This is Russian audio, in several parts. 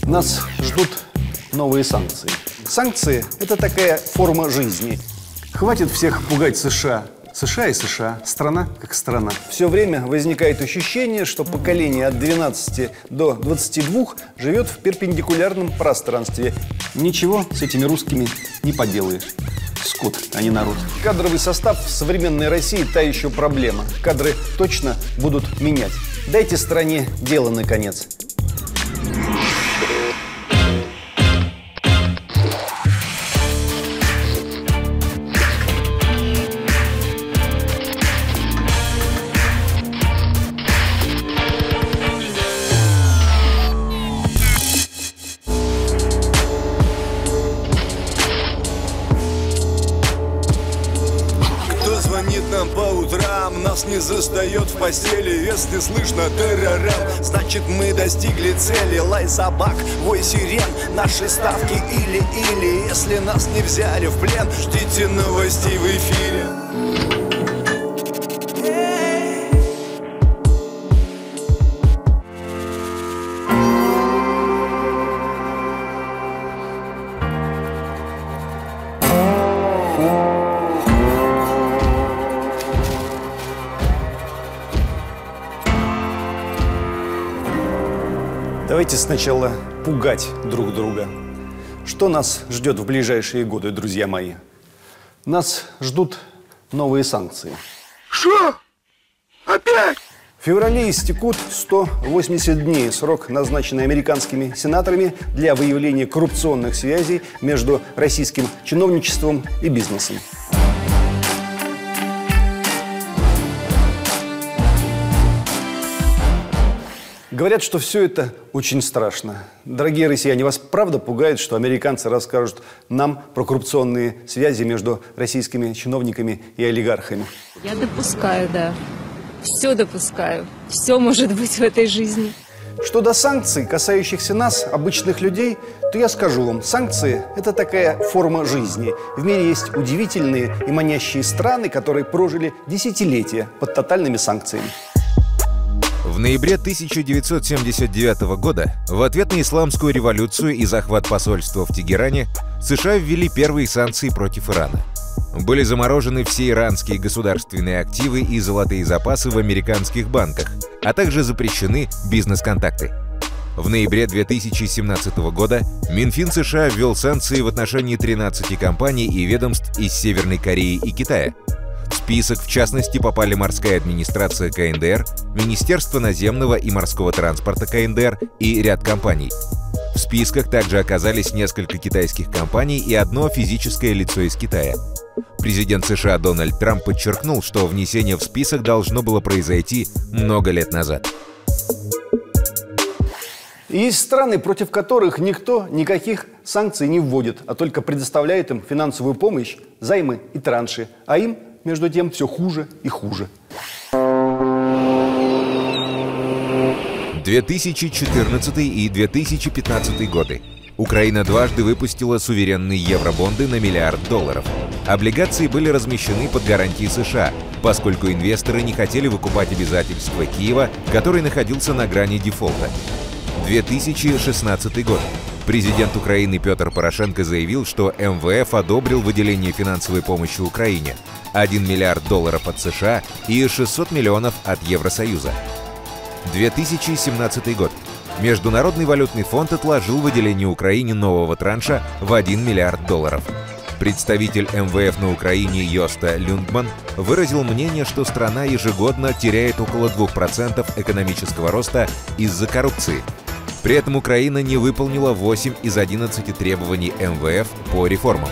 Нас ждут новые санкции. Санкции – это такая форма жизни. Хватит всех пугать США. США и США. Страна как страна. Все время возникает ощущение, что поколение от 12 до 22 живет в перпендикулярном пространстве. Ничего с этими русскими не поделаешь. Скот, а не народ. Кадровый состав в современной России – та еще проблема. Кадры точно будут менять. Дайте стране дело, наконец. Звонит нам по утрам, нас не застает в постели. Если слышно террорем, значит мы достигли цели. Лай собак, вой сирен, наши ставки или. Если нас не взяли в плен, ждите новостей в эфире. Давайте сначала пугать друг друга. Что нас ждет в ближайшие годы, друзья мои? Нас ждут новые санкции. Что? Опять? В феврале истекут 180 дней, срок, назначенный американскими сенаторами для выявления коррупционных связей между российским чиновничеством и бизнесом. Говорят, что все это очень страшно. Дорогие россияне, вас правда пугает, что американцы расскажут нам про коррупционные связи между российскими чиновниками и олигархами? Я допускаю, да. Все допускаю. Все может быть в этой жизни. Что до санкций, касающихся нас, обычных людей, то я скажу вам, санкции – это такая форма жизни. В мире есть удивительные и манящие страны, которые прожили десятилетия под тотальными санкциями. В ноябре 1979 года в ответ на исламскую революцию и захват посольства в Тегеране США ввели первые санкции против Ирана. Были заморожены все иранские государственные активы и золотые запасы в американских банках, а также запрещены бизнес-контакты. В ноябре 2017 года Минфин США ввел санкции в отношении 13 компаний и ведомств из Северной Кореи и Китая. В список, в частности, попали морская администрация КНДР, Министерство наземного и морского транспорта КНДР и ряд компаний. В списках также оказались несколько китайских компаний и одно физическое лицо из Китая. Президент США Дональд Трамп подчеркнул, что внесение в список должно было произойти много лет назад. Есть страны, против которых никто никаких санкций не вводит, а только предоставляет им финансовую помощь, займы и транши, а им, между тем, все хуже и хуже. 2014 и 2015 годы. Украина дважды выпустила суверенные евробонды на $1 миллиард. Облигации были размещены под гарантией США, поскольку инвесторы не хотели выкупать обязательства Киева, который находился на грани дефолта. 2016 год. Президент Украины Петр Порошенко заявил, что МВФ одобрил выделение финансовой помощи Украине – $1 миллиард от США и 600 миллионов от Евросоюза. 2017 год. Международный валютный фонд отложил выделение Украине нового транша в $1 миллиард. Представитель МВФ на Украине Йоста Люндман выразил мнение, что страна ежегодно теряет около 2% экономического роста из-за коррупции. При этом Украина не выполнила 8 из 11 требований МВФ по реформам.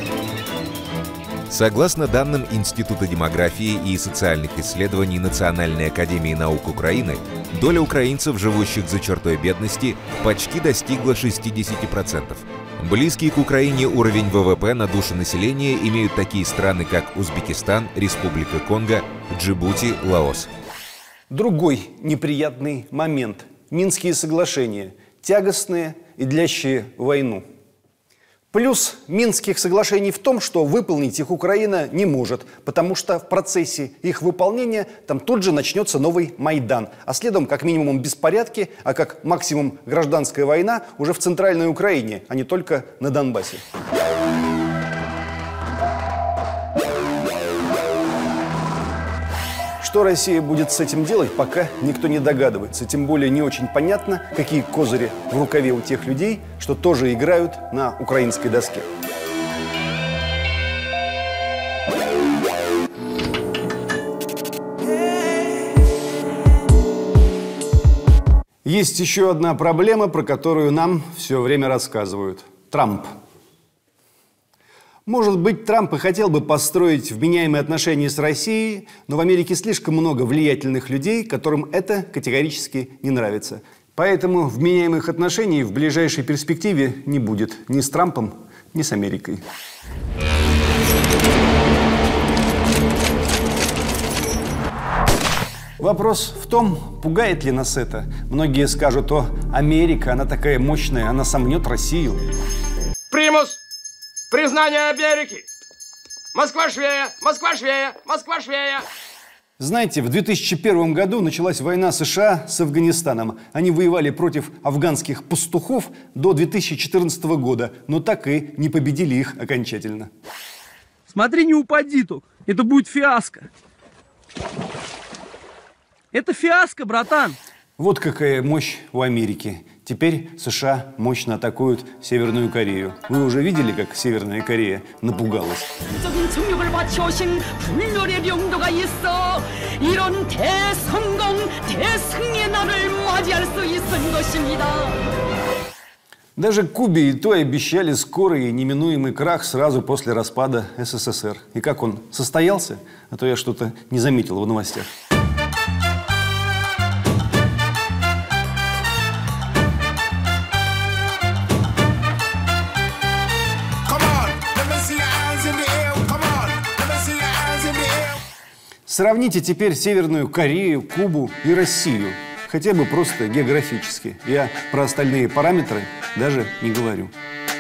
Согласно данным Института демографии и социальных исследований Национальной академии наук Украины, доля украинцев, живущих за чертой бедности, почти достигла 60%. Близкий к Украине уровень ВВП на душу населения имеют такие страны, как Узбекистан, Республика Конго, Джибути, Лаос. Другой неприятный момент – Минские соглашения, тягостные и длящие войну. Плюс Минских соглашений в том, что выполнить их Украина не может, потому что в процессе их выполнения там тут же начнется новый Майдан, а следом как минимум беспорядки, а как максимум гражданская война уже в Центральной Украине, а не только на Донбассе. Что Россия будет с этим делать, пока никто не догадывается. Тем более не очень понятно, какие козыри в рукаве у тех людей, что тоже играют на украинской доске. Есть еще одна проблема, про которую нам все время рассказывают. Трамп. Может быть, Трамп и хотел бы построить вменяемые отношения с Россией, но в Америке слишком много влиятельных людей, которым это категорически не нравится. Поэтому вменяемых отношений в ближайшей перспективе не будет ни с Трампом, ни с Америкой. Вопрос в том, пугает ли нас это. Многие скажут: о, Америка, она такая мощная, она сомнет Россию. Примус! Признание Америки! Москва швея! Москва швея! Москва швея! Знаете, в 2001 году началась война США с Афганистаном. Они воевали против афганских пастухов до 2014 года, но так и не победили их окончательно. Смотри, не упади тут. Это будет фиаско. Это фиаско, братан. Вот какая мощь у Америки. Теперь США мощно атакуют Северную Корею. Вы уже видели, как Северная Корея напугалась? Даже Кубе и той обещали скорый и неминуемый крах сразу после распада СССР. И как он состоялся? А то я что-то не заметил в новостях. Сравните теперь Северную Корею, Кубу и Россию. Хотя бы просто географически. Я про остальные параметры даже не говорю.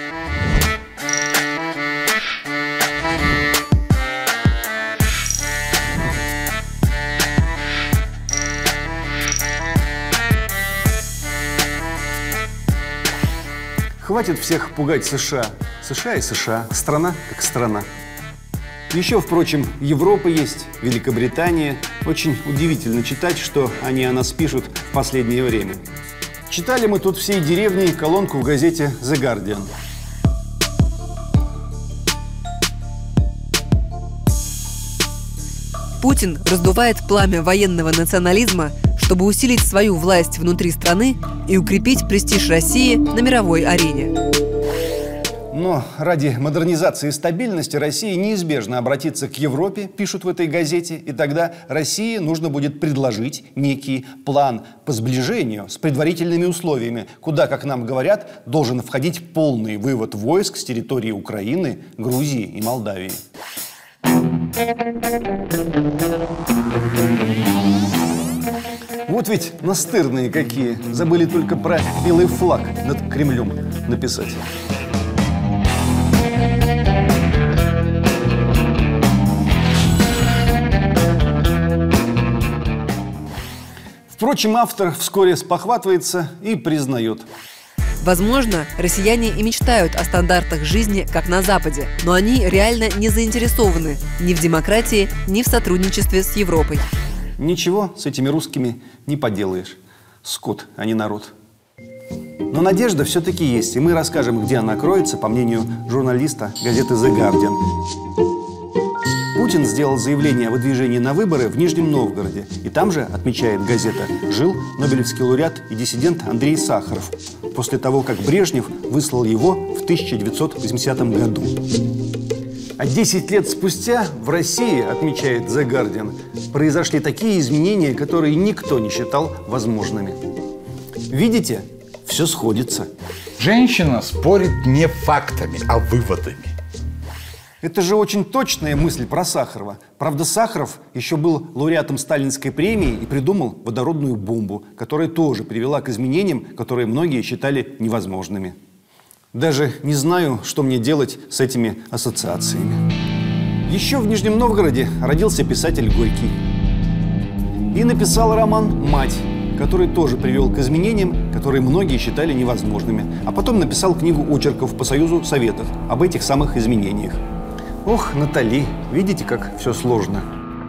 Хватит всех пугать США. США и США. Страна как страна. Еще, впрочем, Европа есть, Великобритания. Очень удивительно читать, что они о нас пишут в последнее время. Читали мы тут всей деревней колонку в газете «The Guardian». Путин раздувает пламя военного национализма, чтобы усилить свою власть внутри страны и укрепить престиж России на мировой арене. Но ради модернизации и стабильности Россия неизбежно обратится к Европе, пишут в этой газете, и тогда России нужно будет предложить некий план по сближению с предварительными условиями, куда, как нам говорят, должен входить полный вывод войск с территории Украины, Грузии и Молдавии. Вот ведь настырные какие, забыли только про белый флаг над Кремлем написать. Впрочем, автор вскоре спохватывается и признает. Возможно, россияне и мечтают о стандартах жизни, как на Западе, но они реально не заинтересованы ни в демократии, ни в сотрудничестве с Европой. Ничего с этими русскими не поделаешь. Скот, а не народ. Но надежда все-таки есть, и мы расскажем, где она кроется, по мнению журналиста газеты «The Guardian». Путин сделал заявление о выдвижении на выборы в Нижнем Новгороде. И там же, отмечает газета, жил нобелевский лауреат и диссидент Андрей Сахаров, после того, как Брежнев выслал его в 1980 году. А 10 лет спустя в России, отмечает The Guardian, произошли такие изменения, которые никто не считал возможными. Видите, все сходится. Женщина спорит не фактами, а выводами. Это же очень точная мысль про Сахарова. Правда, Сахаров еще был лауреатом Сталинской премии и придумал водородную бомбу, которая тоже привела к изменениям, которые многие считали невозможными. Даже не знаю, что мне делать с этими ассоциациями. Еще в Нижнем Новгороде родился писатель Горький. И написал роман «Мать», который тоже привел к изменениям, которые многие считали невозможными. А потом написал книгу очерков по Союзу Советов об этих самых изменениях. Ох, Натали, видите, как все сложно.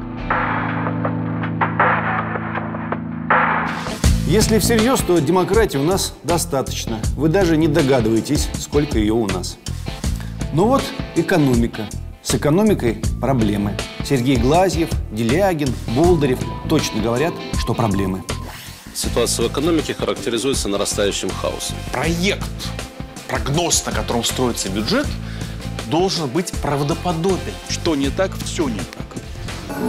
Если всерьез, то демократии у нас достаточно. Вы даже не догадываетесь, сколько ее у нас. Но вот экономика. С экономикой проблемы. Сергей Глазьев, Делягин, Болдырев точно говорят, что проблемы. Ситуация в экономике характеризуется нарастающим хаосом. Проект, прогноз, на котором строится бюджет, должен быть правдоподобен. Что не так, все не так.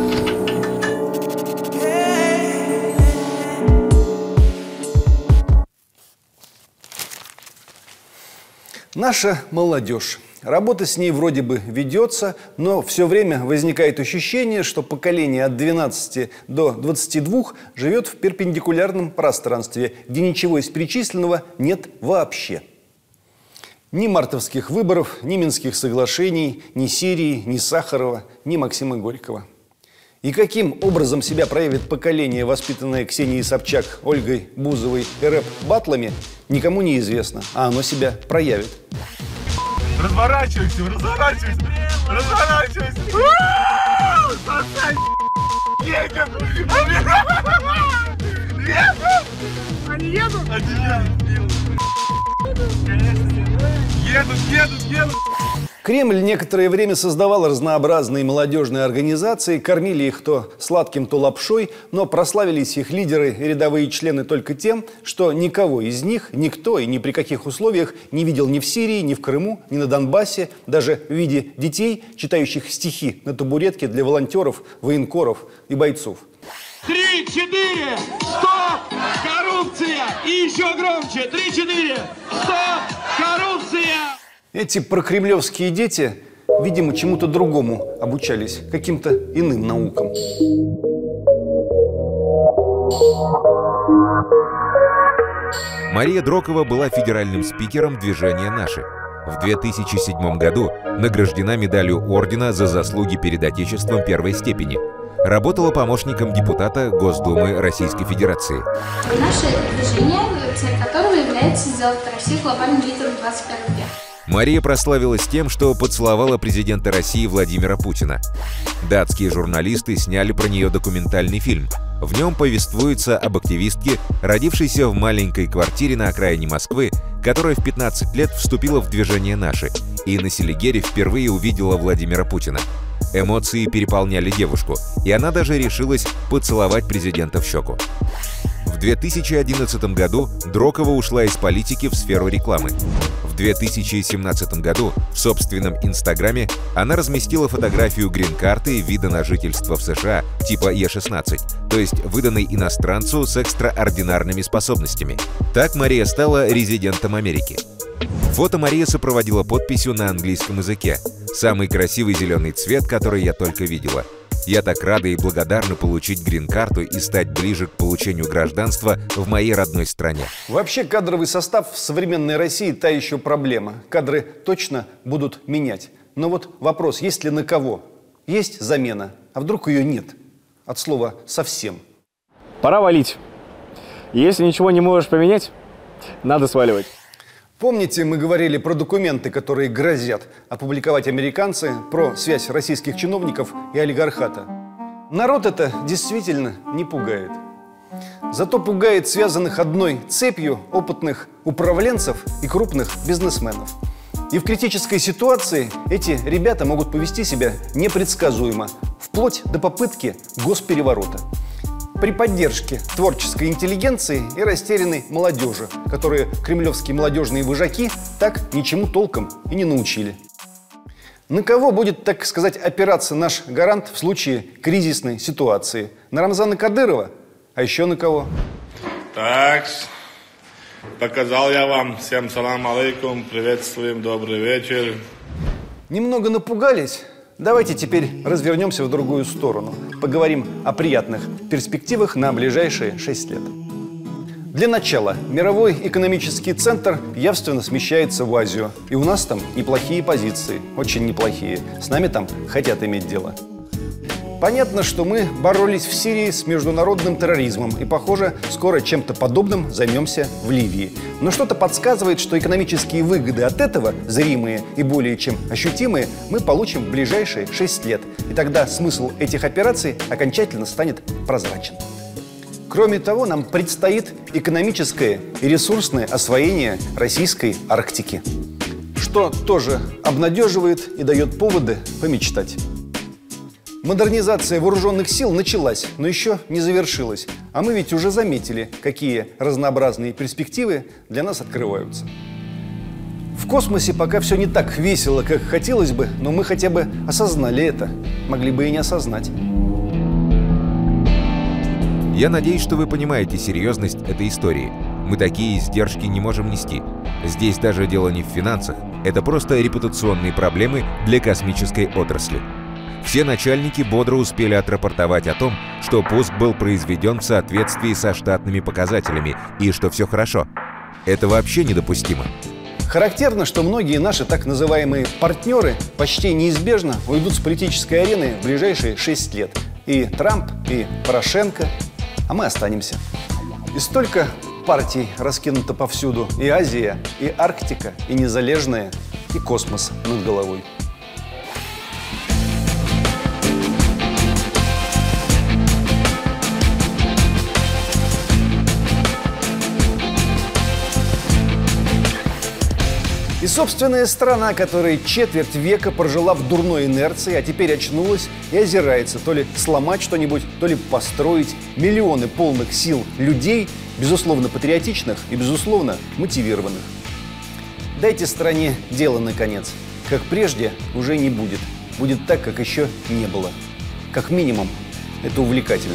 Наша молодежь. Работа с ней вроде бы ведется, но все время возникает ощущение, что поколение от 12 до 22 живет в перпендикулярном пространстве, где ничего из перечисленного нет вообще. Ни мартовских выборов, ни Минских соглашений, ни Сирии, ни Сахарова, ни Максима Горького. И каким образом себя проявит поколение, воспитанное Ксенией Собчак, Ольгой Бузовой и рэп-баттлами, никому не известно, а оно себя проявит. Разворачивайся, разворачивайся, разворачивайся. Едут! Они едут? Едут! Кремль некоторое время создавал разнообразные молодежные организации, кормили их то сладким, то лапшой, но прославились их лидеры и рядовые члены только тем, что никого из них никто и ни при каких условиях не видел ни в Сирии, ни в Крыму, ни на Донбассе, даже в виде детей, читающих стихи на табуретке для волонтеров, военкоров и бойцов. 3, 4, стоп, коррупция! И еще громче, 3, 4, стоп, коррупция! Эти прокремлевские дети, видимо, чему-то другому обучались, каким-то иным наукам. Мария Дрокова была федеральным спикером движения «Наши». В 2007 году награждена медалью ордена за заслуги перед Отечеством первой степени. Работала помощником депутата Госдумы Российской Федерации. Наше движение, цель которого является сделать Россию глобальным лидером 21 века. Мария прославилась тем, что поцеловала президента России Владимира Путина. Датские журналисты сняли про нее документальный фильм. В нем повествуется об активистке, родившейся в маленькой квартире на окраине Москвы, которая в 15 лет вступила в движение «Наши» и на Селигере впервые увидела Владимира Путина. Эмоции переполняли девушку, и она даже решилась поцеловать президента в щеку. В 2011 году Дрокова ушла из политики в сферу рекламы. В 2017 году в собственном Инстаграме она разместила фотографию грин-карты вида на жительство в США типа Е-16, то есть выданной иностранцу с экстраординарными способностями. Так Мария стала резидентом Америки. Фото Мария сопроводила подписью на английском языке. «Самый красивый зеленый цвет, который я только видела. Я так рада и благодарна получить грин-карту и стать ближе к получению гражданства в моей родной стране». Вообще кадровый состав в современной России та еще проблема. Кадры точно будут менять. Но вот вопрос, есть ли на кого? Есть замена, а вдруг ее нет? От слова «совсем». Пора валить. Если ничего не можешь поменять, надо сваливать. Помните, мы говорили про документы, которые грозят опубликовать американцы, про связь российских чиновников и олигархата? Народ это действительно не пугает. Зато пугает связанных одной цепью опытных управленцев и крупных бизнесменов. И в критической ситуации эти ребята могут повести себя непредсказуемо, вплоть до попытки госпереворота. При поддержке творческой интеллигенции и растерянной молодежи, которые кремлевские молодежные вожаки так ничему толком и не научили. На кого будет, так сказать, опираться наш гарант в случае кризисной ситуации? На Рамзана Кадырова? А еще на кого? Так, показал я вам. Всем салам алейкум, приветствуем, добрый вечер. Немного напугались? Давайте теперь развернемся в другую сторону. Поговорим о приятных перспективах на ближайшие 6 лет. Для начала, мировой экономический центр явственно смещается в Азию. И у нас там неплохие позиции, очень неплохие. С нами там хотят иметь дело. Понятно, что мы боролись в Сирии с международным терроризмом. И, похоже, скоро чем-то подобным займемся в Ливии. Но что-то подсказывает, что экономические выгоды от этого, зримые и более чем ощутимые, мы получим в ближайшие 6 лет. И тогда смысл этих операций окончательно станет прозрачен. Кроме того, нам предстоит экономическое и ресурсное освоение российской Арктики, что тоже обнадеживает и дает поводы помечтать. Модернизация вооруженных сил началась, но еще не завершилась. А мы ведь уже заметили, какие разнообразные перспективы для нас открываются. В космосе пока все не так весело, как хотелось бы, но мы хотя бы осознали это. Могли бы и не осознать. Я надеюсь, что вы понимаете серьезность этой истории. Мы такие издержки не можем нести. Здесь даже дело не в финансах. Это просто репутационные проблемы для космической отрасли. Все начальники бодро успели отрапортовать о том, что пуск был произведен в соответствии со штатными показателями и что все хорошо. Это вообще недопустимо. Характерно, что многие наши так называемые партнеры почти неизбежно уйдут с политической арены в ближайшие 6 лет. И Трамп, и Порошенко, а мы останемся. И столько партий раскинуто повсюду. И Азия, и Арктика, и Незалежная, и космос над головой. И собственная страна, которая четверть века прожила в дурной инерции, а теперь очнулась и озирается то ли сломать что-нибудь, то ли построить миллионы полных сил людей, безусловно патриотичных и, безусловно, мотивированных. Дайте стране дело, наконец. Как прежде уже не будет. Будет так, как еще не было. Как минимум, это увлекательно.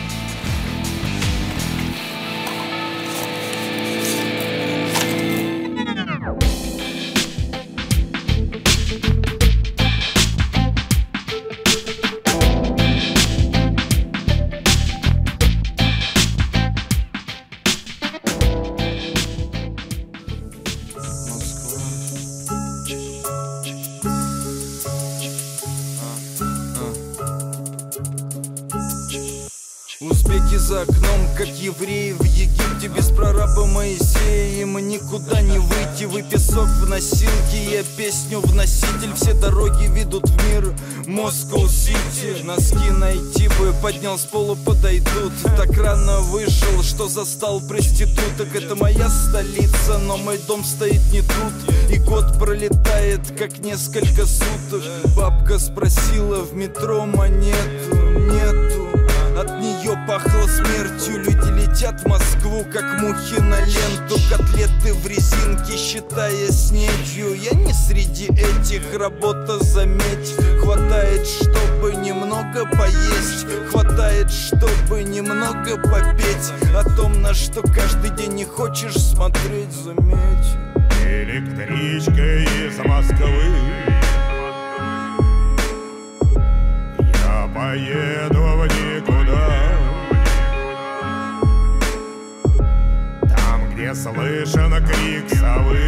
Узбеки за окном, как евреи в Египте. Без прораба Моисея им никуда не выйти. Вы песок в носилке, я песню в носитель. Все дороги ведут в мир, Москва-Сити. Носки найти бы, поднял с пола, подойдут. Так рано вышел, что застал проституток. Это моя столица, но мой дом стоит не тут. И год пролетает, как несколько суток. Бабка спросила в метро монету, нету. От нее пахло смертью. Люди летят в Москву, как мухи на ленту. Котлеты в резинке, считая снедью. Я не среди этих, работа, заметь. Хватает, чтобы немного поесть. Хватает, чтобы немного попеть. О том, на что каждый день не хочешь смотреть, заметь. Электричка из Москвы я поеду в никуда. Там, где слышен крик совы,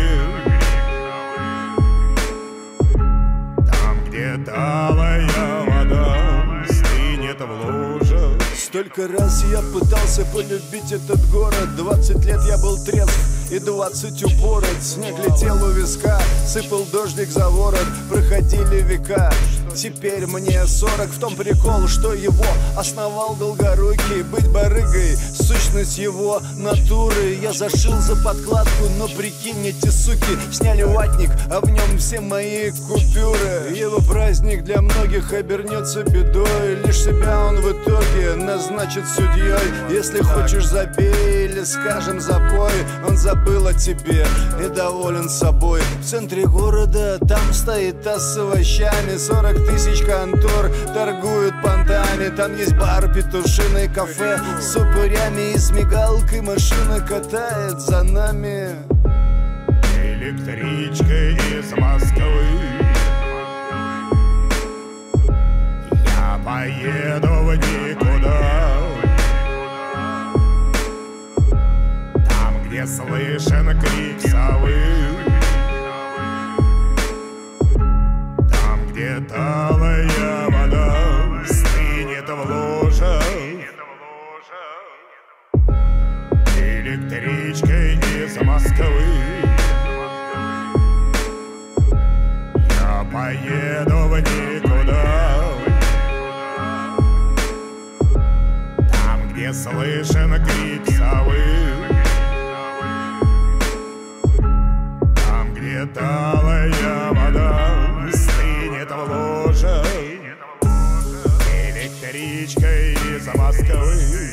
там, где талая вода стынет в лужах. Столько раз я пытался полюбить этот город. 20 лет я был трезв и 20 упорот. Снег летел у виска, сыпал дождик за ворот. Проходили века, теперь мне 40. В том прикол, что его основал Долгорукий. Быть барыгой, сущность его натуры. Я зашил за подкладку, но прикинь, эти суки сняли ватник, а в нем все мои купюры. Его праздник для многих обернется бедой. Лишь себя он в итоге назначит судьей. Если хочешь, забей или, скажем, запой. Он забыл о тебе и доволен собой. В центре города там стоит таз с овощами. 40 тысяч контор торгуют понтами. Там есть бар, петушиное кафе с упырями и с мигалкой машина катает за нами. Электричка из Москвы я поеду в никуда. слышен крик совы. Там, где талая вода стынет в лужах, электричкой из Москвы я поеду в никуда. Там, где слышен крик совы, там, где талая вода стынет в лужах, электричкой из Москвы